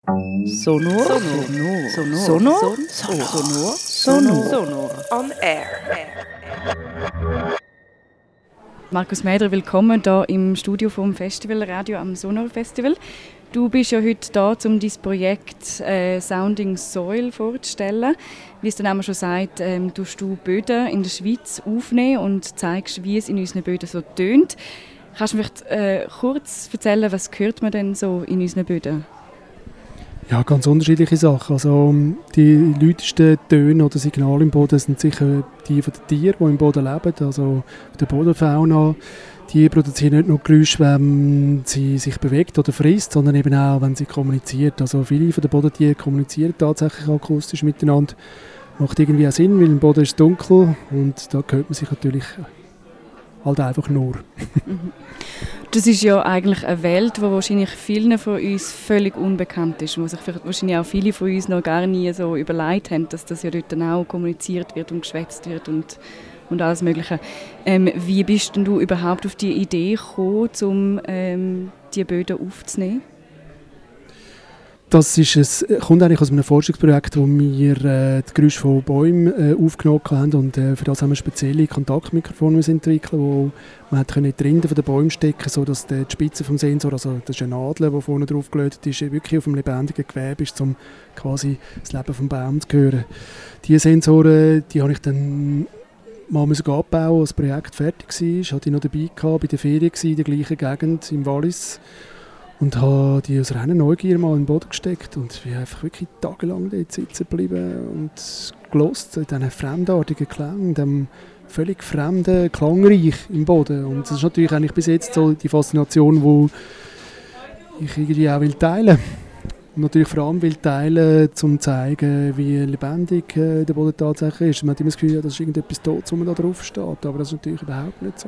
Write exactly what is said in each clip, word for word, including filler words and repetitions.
Sonor. Sonor. Sonor. Sonor. Sonor. Sonor. Sonor. On air. Markus Mäder, willkommen hier im Studio vom Festivalradio am Sonor Festival. Du bist ja heute da, um dein Projekt äh, Sounding Soil vorzustellen. Wie es der Name schon sagt, ähm, tust du Böden in der Schweiz aufnehmen und zeigst, wie es in unseren Böden so tönt. Kannst du mir vielleicht äh, kurz erzählen, was hört man denn so in unseren Böden? Ja, ganz unterschiedliche Sachen. Also, die lautesten Töne oder Signale im Boden sind sicher die von den Tieren, die im Boden leben. Also der Bodenfauna. Die produzieren nicht nur Geräusche, wenn sie sich bewegt oder frisst, sondern eben auch, wenn sie kommuniziert. Also viele von den Bodentieren kommunizieren tatsächlich akustisch miteinander. Macht irgendwie auch Sinn, weil im Boden ist es dunkel und da hört man sich natürlich halt einfach nur. Das ist ja eigentlich eine Welt, die wahrscheinlich vielen von uns völlig unbekannt ist, wo sich wahrscheinlich auch viele von uns noch gar nie so überlegt haben, dass das ja dort dann auch kommuniziert wird und geschwätzt wird und, und alles Mögliche. Ähm, wie bist denn du überhaupt auf die Idee gekommen, um ähm, die Böden aufzunehmen? Das ist ein, kommt eigentlich aus einem Forschungsprojekt, wo wir äh, die Geräusche von Bäumen äh, aufgenommen haben und äh, für das haben wir spezielle Kontaktmikrofone entwickelt, wo man hat in die Rinde der Bäume stecken, sodass die Spitze vom Sensor, also das ist eine Nadel, die vorne drauf gelötet ist, wirklich auf dem lebendigen Gewebe ist, um quasi das Leben des Baums zu hören. Diese Sensoren, die habe ich dann mal abbauen, als das Projekt fertig war. Hatte ich noch dabei gehabt, bei der Ferien in der gleichen Gegend im Wallis. Und habe die aus reiner Neugier mal in den Boden gesteckt und bin einfach wirklich tagelang dort sitzen geblieben und gehört in diesen fremdartigen Klängen, in diesem völlig fremden Klangreich im Boden. Und das ist natürlich eigentlich bis jetzt so die Faszination, die ich irgendwie auch will teilen will. Und natürlich vor allem will teilen, um zu zeigen, wie lebendig äh, der Boden tatsächlich ist. Man hat immer das Gefühl, das ist irgendetwas Totes, wo man da drauf steht, aber das ist natürlich überhaupt nicht so.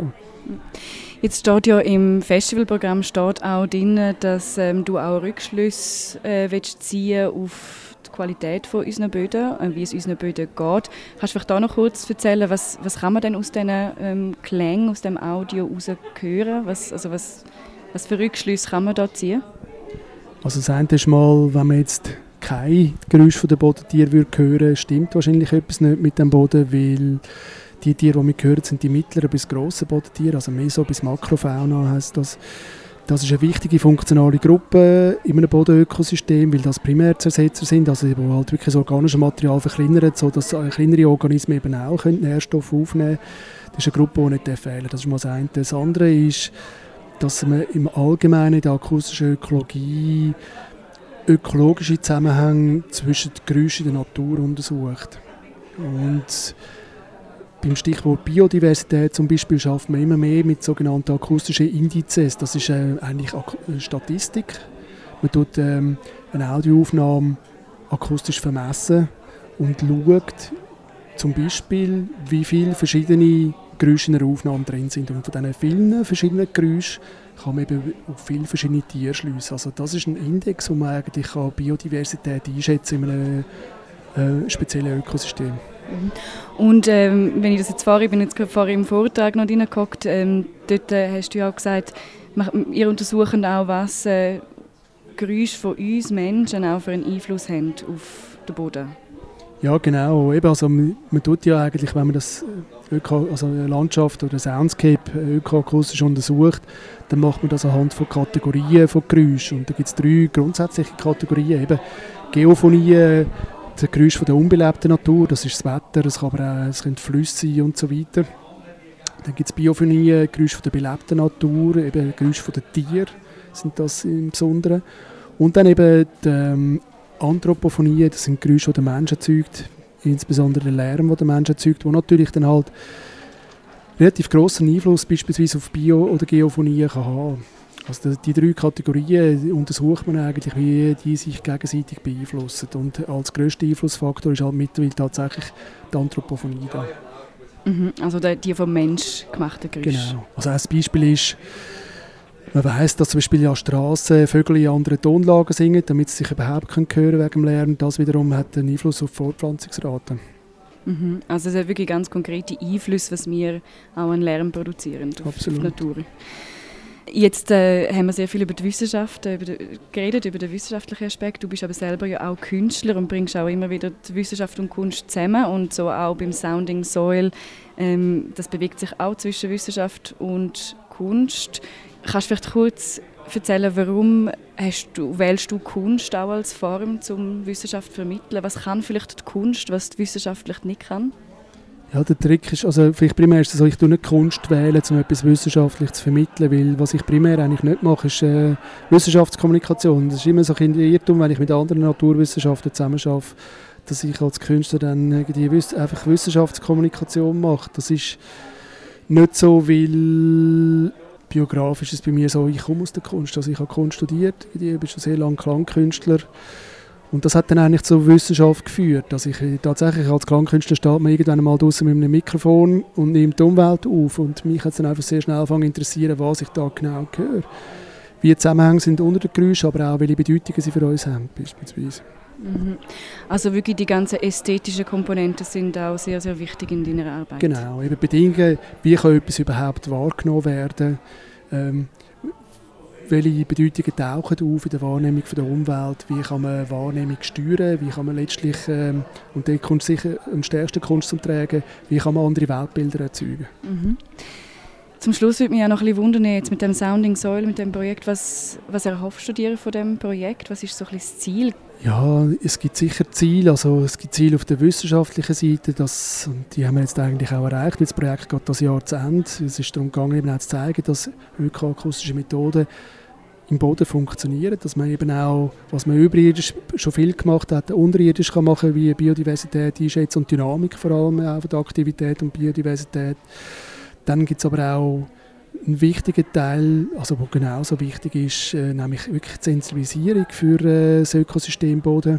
Jetzt steht ja im Festivalprogramm steht auch drin, dass ähm, du auch Rückschlüsse äh, willst ziehen auf die Qualität von unseren Böden, äh, wie es unseren Böden geht. Kannst du vielleicht da noch kurz erzählen, was, was kann man denn aus diesen ähm, Klängen, aus dem Audio raus hören? Was, also was, was für Rückschlüsse kann man da ziehen? Also das eine ist mal, wenn man jetzt kein Geräusch von den Bodentieren hören würde, stimmt wahrscheinlich etwas nicht mit dem Boden, weil die Tiere, die wir hören, sind die mittleren bis grossen Bodentiere, also Meso- bis Makrofauna heisst das. Das ist eine wichtige funktionale Gruppe in einem Bodenökosystem, weil das Primärzersetzer sind, also die halt wirklich das organische Material verkleinern, sodass kleinere Organismen eben auch Nährstoffe aufnehmen können. Das ist eine Gruppe, die nicht fehlen darf. Das ist mal das eine. Das andere ist, dass man im Allgemeinen in der akustischen Ökologie ökologische Zusammenhänge zwischen den Geräuschen in der Natur untersucht. Und beim Stichwort Biodiversität zum Beispiel schafft man immer mehr mit sogenannten akustischen Indizes. Das ist äh, eigentlich Ak- Statistik. Man tut ähm, eine Audioaufnahme akustisch vermessen und schaut zum Beispiel, wie viele verschiedene Geräusche in einer Aufnahme drin sind. Und von diesen vielen verschiedenen Geräuschen kann man eben auf viele verschiedene Tiere schliessen. Also das ist ein Index, wo man eigentlich Biodiversität einschätzen kann in einem äh, speziellen Ökosystem. Und ähm, wenn ich das jetzt fahre, ich bin jetzt gerade vorher im Vortrag noch reingehockt, ähm, dort äh, hast du ja auch gesagt, ihr untersucht auch, was äh, Geräusche von uns Menschen auch für einen Einfluss haben auf den Boden. Ja, genau. Eben, also man, man tut ja eigentlich, wenn man das Öko, also eine Landschaft oder Soundscape ökoakustisch untersucht, dann macht man das anhand von Kategorien von Geräuschen. Und da gibt es drei grundsätzliche Kategorien. Eben Geophonie, das Geräusch von der unbelebten Natur, das ist das Wetter, es, kann aber auch, es können Flüsse sein und so weiter. Dann gibt es Biophonie, Geräusche von der belebten Natur, eben Geräusche von den Tieren sind das im Besonderen. Und dann eben die ähm, Anthropophonie, das sind Geräusche, die der Mensch erzeugt, insbesondere der Lärm, den der Mensch erzeugt, der natürlich dann halt relativ grossen Einfluss beispielsweise auf Bio- oder Geophonie kann haben. Also die drei Kategorien untersucht man eigentlich, wie die sich gegenseitig beeinflussen. Und als grösster Einflussfaktor ist halt mittlerweile tatsächlich die Anthropophonie da. Mhm, also die vom Mensch gemachten Geräusche. Genau. Also ein Beispiel ist, man weiss, dass zum Beispiel an Strassen Vögel in anderen Tonlagen singen, damit sie sich überhaupt hören können wegen dem Lärm. Das wiederum hat einen Einfluss auf die Fortpflanzungsraten. Mhm. Also es hat wirklich ganz konkrete Einflüsse, was wir auch an Lärm produzieren auf, auf die Natur. Jetzt äh, haben wir sehr viel über die Wissenschaft äh, über die, geredet, über den wissenschaftlichen Aspekt. Du bist aber selber ja auch Künstler und bringst auch immer wieder die Wissenschaft und Kunst zusammen. Und so auch beim Sounding Soil, ähm, das bewegt sich auch zwischen Wissenschaft und Kunst. Kannst du vielleicht kurz erzählen, warum hast du, wählst du Kunst auch als Form, um Wissenschaft zu vermitteln? Was kann vielleicht die Kunst, was die Wissenschaft vielleicht nicht kann? Ja, der Trick ist, also vielleicht primär ist es so, ich tue nicht Kunst wählen, um etwas wissenschaftlich zu vermitteln, weil was ich primär eigentlich nicht mache, ist äh, Wissenschaftskommunikation. Das ist immer so ein Irrtum, wenn ich mit anderen Naturwissenschaften zusammenarbeite, dass ich als Künstler dann irgendwie wiss- einfach Wissenschaftskommunikation mache. Das ist nicht so, weil biografisch ist es bei mir so, ich komme aus der Kunst, also ich habe Kunst studiert, ich bin schon sehr lange Klangkünstler. Und das hat dann eigentlich zur Wissenschaft geführt. Also ich tatsächlich als Klangkünstler steht man irgendwann einmal draußen mit einem Mikrofon und nimmt die Umwelt auf. Und mich hat es dann einfach sehr schnell angefangen zu interessieren, was ich da genau höre. Wie die Zusammenhänge sind unter den Geräuschen, aber auch welche Bedeutungen sie für uns haben, beispielsweise. Mhm. Also wirklich die ganzen ästhetischen Komponenten sind auch sehr, sehr wichtig in deiner Arbeit. Genau, eben Bedingungen, wie kann etwas überhaupt wahrgenommen werden. Ähm, Welche Bedeutungen tauchen auf in der Wahrnehmung von der Umwelt? Wie kann man Wahrnehmung steuern? Wie kann man letztlich, ähm, und dort kommt sicher am stärksten Kunst zum Tragen, wie kann man andere Weltbilder erzeugen? Mhm. Zum Schluss würde mich auch noch ein bisschen wundern, jetzt mit dem Sounding Soil, mit dem Projekt, was, was erhoffst du dir von dem Projekt? Was ist so ein bisschen das Ziel? Ja, es gibt sicher Ziele. Also es gibt Ziele auf der wissenschaftlichen Seite, das, und die haben wir jetzt eigentlich auch erreicht. Das Projekt geht das Jahr zu Ende. Es ist darum gegangen, eben auch zu zeigen, dass ökoakustische Methoden im Boden funktionieren, dass man eben auch, was man überirdisch schon viel gemacht hat, unterirdisch kann machen, wie Biodiversität einschätzen und Dynamik vor allem auch von der Aktivität und Biodiversität. Dann gibt es aber auch einen wichtigen Teil, also der genauso wichtig ist, äh, nämlich wirklich die Sensibilisierung für äh, das Ökosystem Boden.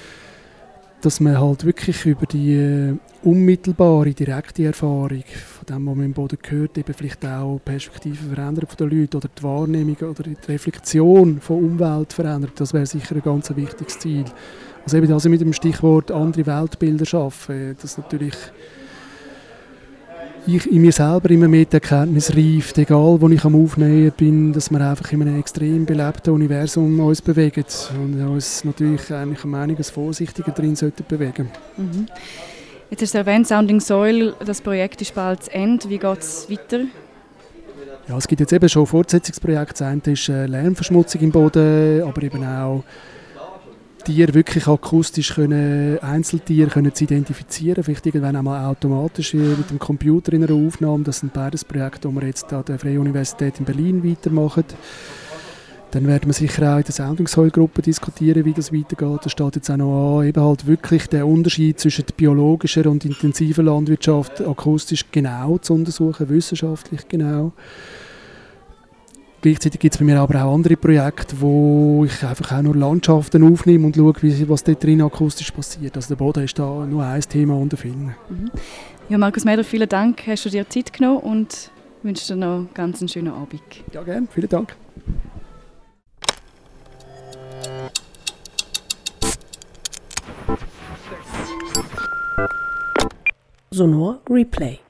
Dass man halt wirklich über die äh, unmittelbare, direkte Erfahrung von dem, was man im Boden hört, eben vielleicht auch die Perspektive verändert von den Leuten oder die Wahrnehmung oder die Reflexion von Umwelt verändert. Das wäre sicher ein ganz wichtiges Ziel. Also eben also mit dem Stichwort andere Weltbilder schaffen, dass natürlich ich in mir selber immer mehr die Erkenntnis reift, egal wo ich am Aufnehmen bin, dass wir einfach in einem extrem belebten Universum uns bewegen und uns natürlich eigentlich um einiges vorsichtiger drin sollten bewegen. Mhm. Jetzt hast du erwähnt, Sounding Soil, das Projekt ist bald zu Ende. Wie geht es weiter? Ja, es gibt jetzt eben schon Fortsetzungsprojekte. Das eine ist äh, Lärmverschmutzung im Boden, aber eben auch Tiere wirklich akustisch können, Einzeltiere können zu identifizieren, vielleicht irgendwann einmal automatisch mit dem Computer in einer Aufnahme. Das sind beides Projekte, die wir jetzt an der Freien Universität in Berlin weitermachen. Dann werden wir sicher auch in der Sounding Soil Gruppe diskutieren, wie das weitergeht. Da steht jetzt auch noch an, eben halt wirklich der Unterschied zwischen biologischer und intensiver Landwirtschaft akustisch genau zu untersuchen, wissenschaftlich genau. Gleichzeitig gibt es bei mir aber auch andere Projekte, wo ich einfach auch nur Landschaften aufnehme und schaue, wie, was dort drin akustisch passiert. Also der Boden ist da nur ein Thema unter vielen. Mhm. Ja, Markus Mäder, vielen Dank, hast du dir Zeit genommen und wünsche dir noch ganz einen schönen Abend. Ja, gerne. Vielen Dank. Sonor Replay.